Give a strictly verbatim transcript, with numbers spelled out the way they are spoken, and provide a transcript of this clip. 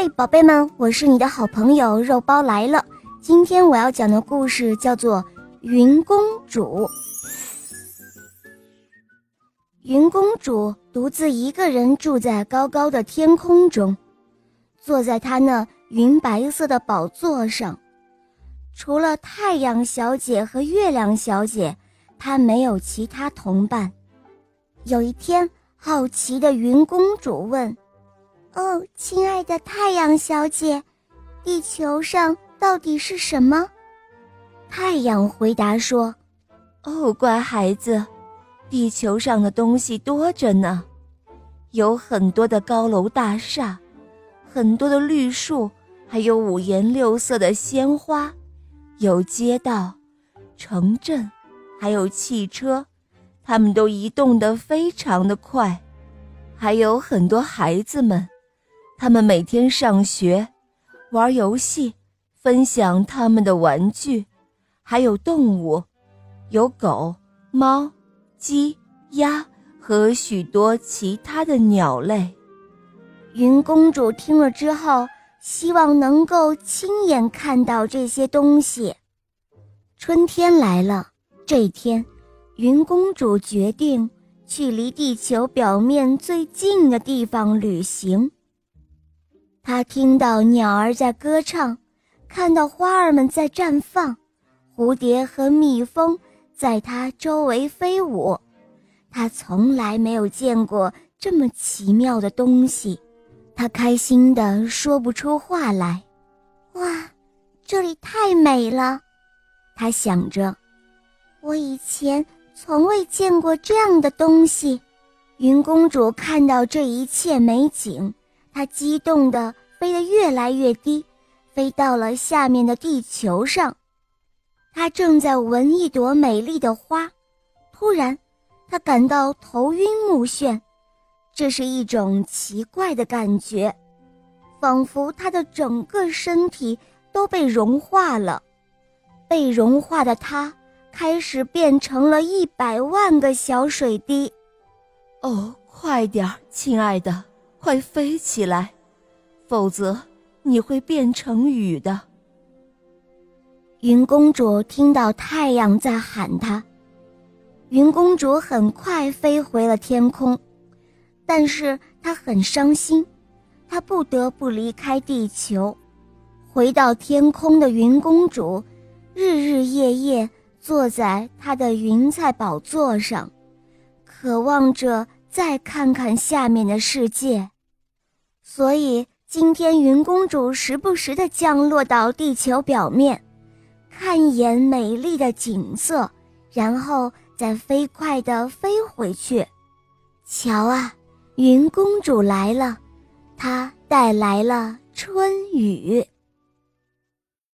嘿，宝贝们，我是你的好朋友肉包来了。今天我要讲的故事叫做云公主。云公主独自一个人住在高高的天空中，坐在她那云白色的宝座上。除了太阳小姐和月亮小姐，她没有其他同伴。有一天，好奇的云公主问：哦，亲爱的太阳小姐，地球上到底是什么？太阳回答说： 哦，乖孩子，地球上的东西多着呢，有很多的高楼大厦，很多的绿树，还有五颜六色的鲜花，有街道、城镇，还有汽车，它们都移动得非常的快，还有很多孩子们，他们每天上学，玩游戏，分享他们的玩具，还有动物，有狗、猫、鸡、鸭和许多其他的鸟类。 云公主听了之后，希望能够亲眼看到这些东西。春天来了，这一天，云公主决定去离地球表面最近的地方旅行。她听到鸟儿在歌唱，看到花儿们在绽放，蝴蝶和蜜蜂在她周围飞舞。她从来没有见过这么奇妙的东西，她开心地说不出话来。哇，这里太美了，她想着，我以前从未见过这样的东西。云公主看到这一切美景，她激动地飞得越来越低，飞到了下面的地球上。她正在闻一朵美丽的花，突然她感到头晕目眩，这是一种奇怪的感觉，仿佛她的整个身体都被融化了。被融化的她开始变成了一百万个小水滴。 哦，快点儿，亲爱的，快飞起来，否则你会变成雨的。 云公主听到太阳在喊她，云公主很快飞回了天空，但是她很伤心，她不得不离开地球。回到天空的云公主，日日夜夜坐在她的云彩宝座上，渴望着再看看下面的世界。所以今天云公主时不时地降落到地球表面，看一眼美丽的景色，然后再飞快地飞回去。瞧啊，云公主来了，她带来了春雨。